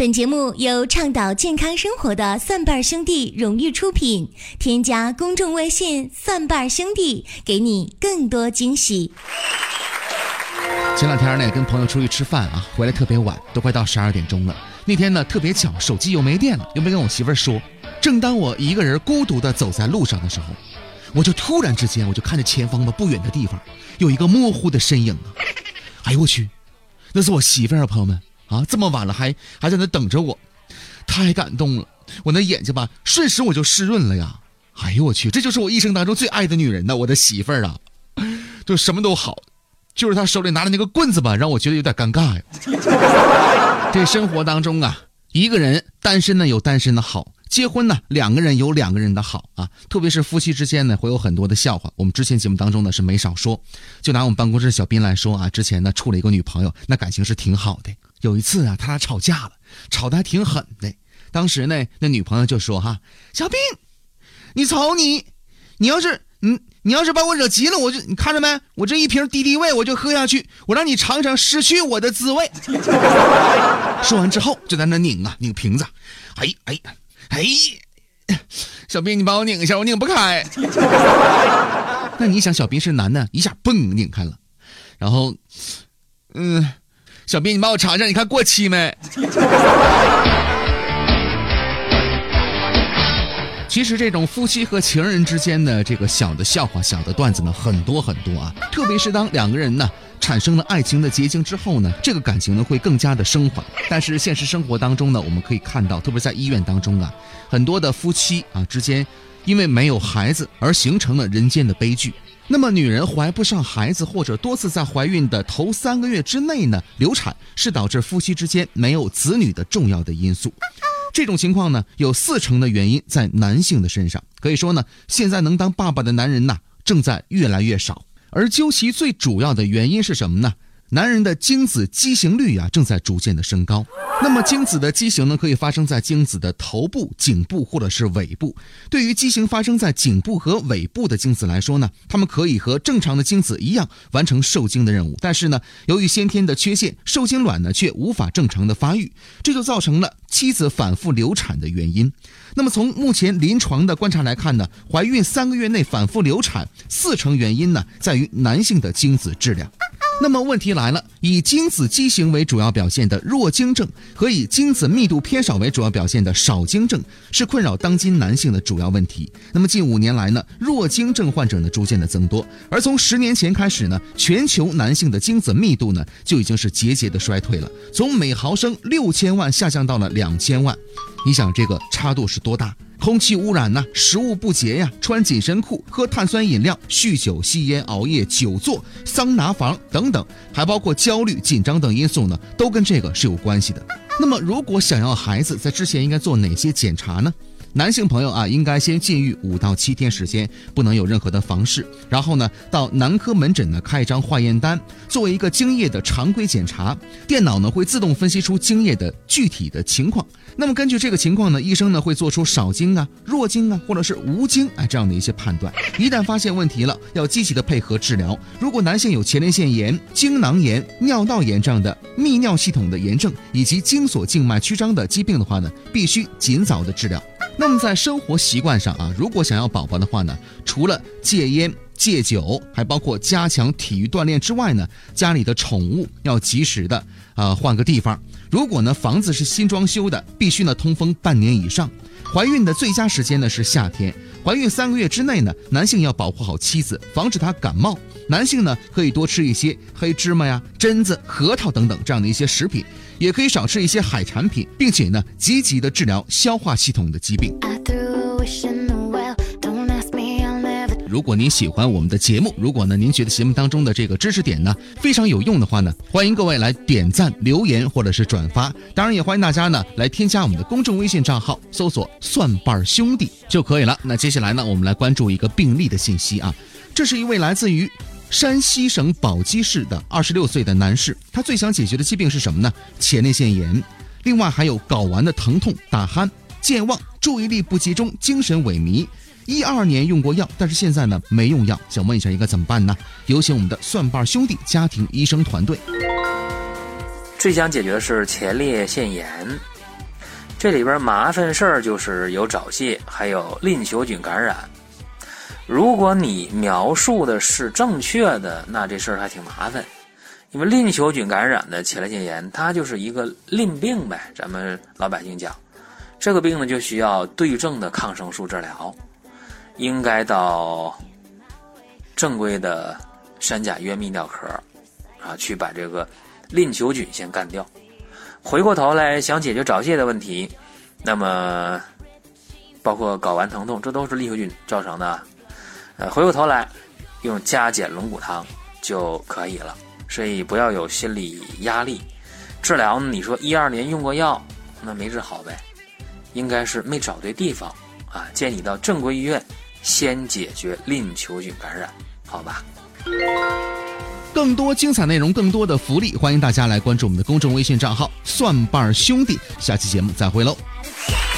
本节目由倡导健康生活的蒜瓣兄弟荣誉出品，添加公众微信蒜瓣兄弟，给你更多惊喜。 前两天呢，跟朋友出去吃饭啊，回来特别晚，都快到12点钟了。那天呢，特别巧，手机又没电了，又没跟我媳妇儿说。正当我一个人孤独地走在路上的时候，我就突然之间，我就看着前方的不远的地方有一个模糊的身影啊！哎呦我去，那是我媳妇儿啊，朋友们啊，这么晚了还在那等着我，太感动了。我那眼睛吧，瞬时我就湿润了呀！哎呦我去，这就是我一生当中最爱的女人呢，我的媳妇儿啊，就什么都好，就是她手里拿的那个棍子吧，让我觉得有点尴尬呀。这生活当中啊，一个人单身呢有单身的好，结婚呢两个人有两个人的好啊，特别是夫妻之间呢会有很多的笑话，我们之前节目当中呢是没少说。就拿我们办公室小斌来说啊，之前呢处了一个女朋友，那感情是挺好的。有一次啊，他俩吵架了，吵得还挺狠的。当时呢，那女朋友就说哈，小斌，你瞅你要是把我惹急了，你看着没，我这一瓶敌敌畏我就喝下去，我让你尝尝失去我的滋味。说完之后就在那拧瓶子，哎，小斌你帮我拧一下，我拧不开。那你想小斌是男的，一下嘣拧开了，然后小斌你帮我尝尝，你看过期没？其实这种夫妻和情人之间的这个小的笑话、小的段子呢，很多很多啊。特别是当两个人呢产生了爱情的结晶之后呢，这个感情呢会更加的升华。但是现实生活当中呢，我们可以看到，特别在医院当中啊，很多的夫妻啊之间因为没有孩子而形成了人间的悲剧。那么女人怀不上孩子，或者多次在怀孕的头3个月之内呢流产，是导致夫妻之间没有子女的重要的因素。这种情况呢，有40%的原因在男性的身上。可以说呢，现在能当爸爸的男人正在越来越少。而究其最主要的原因是什么呢？男人的精子畸形率正在逐渐的升高。那么精子的畸形呢，可以发生在精子的头部、颈部或者是尾部。对于畸形发生在颈部和尾部的精子来说呢，它们可以和正常的精子一样完成受精的任务，但是呢，由于先天的缺陷，受精卵呢却无法正常的发育，这就造成了妻子反复流产的原因。那么从目前临床的观察来看呢，怀孕3个月内反复流产，40%原因呢在于男性的精子质量。那么问题来了，以精子畸形为主要表现的弱精症和以精子密度偏少为主要表现的少精症是困扰当今男性的主要问题。那么近5年来呢，弱精症患者呢逐渐的增多，而从10年前开始呢，全球男性的精子密度呢就已经是节节的衰退了，从每毫升6000万下降到了2000万。你想这个差度是多大？空气污染食物不洁穿紧身裤、喝碳酸饮料、酗酒、吸烟、熬夜、久坐、桑拿房等等，还包括焦虑、紧张等因素呢，都跟这个是有关系的。那么如果想要孩子，在之前应该做哪些检查呢？男性朋友应该先禁欲5到7天时间，不能有任何的房事，然后呢到男科门诊呢开一张化验单，作为一个精液的常规检查，电脑呢会自动分析出精液的具体的情况。那么根据这个情况呢，医生呢会做出少精弱精或者是无精这样的一些判断。一旦发现问题了，要积极的配合治疗。如果男性有前列腺炎、精囊炎、尿道炎这样的泌尿系统的炎症，以及精索静脉曲张的疾病的话呢，必须尽早的治疗。那么在生活习惯上如果想要宝宝的话呢，除了戒烟戒酒，还包括加强体育锻炼之外呢，家里的宠物要及时的换个地方。如果呢房子是新装修的，必须呢通风半年以上。怀孕的最佳时间呢是夏天，怀孕3个月之内呢，男性要保护好妻子，防止她感冒。男性呢可以多吃一些黑芝麻榛子、核桃等等这样的一些食品，也可以少吃一些海产品，并且呢积极的治疗消化系统的疾病。如果您喜欢我们的节目，如果呢您觉得节目当中的这个知识点呢非常有用的话呢，欢迎各位来点赞、留言或者是转发。当然也欢迎大家呢来添加我们的公众微信账号，搜索蒜瓣兄弟就可以了。那接下来呢，我们来关注一个病例的信息这是一位来自于山西省宝鸡市的26岁的男士，他最想解决的疾病是什么呢？前列腺炎，另外还有睾丸的疼痛、打鼾、健忘、注意力不集中、精神萎靡。12年用过药，但是现在呢没用药，想问一下应该怎么办呢？有请我们的蒜瓣兄弟家庭医生团队。 最想解决的是前列腺炎， 这里边麻烦事儿就是有早泄，还有淋球菌感染。如果你描述的是正确的，那这事儿还挺麻烦。因为淋球菌感染的前列腺炎，它就是一个淋病呗，咱们老百姓讲，这个病呢就需要对症的抗生素治疗，应该到正规的三甲医院泌尿科啊，去把这个淋球菌先干掉。回过头来想解决早泄的问题，那么包括睾丸疼痛，这都是淋球菌造成的。回过头来用加减龙骨汤就可以了。所以不要有心理压力。治疗呢，你说12年用过药，那没治好呗，应该是没找对地方啊。建议你到正规医院先解决淋球菌感染，好吧？ 更多精彩内容，更多的福利，欢迎大家来关注我们的公众微信账号蒜瓣兄弟。下期节目再会喽。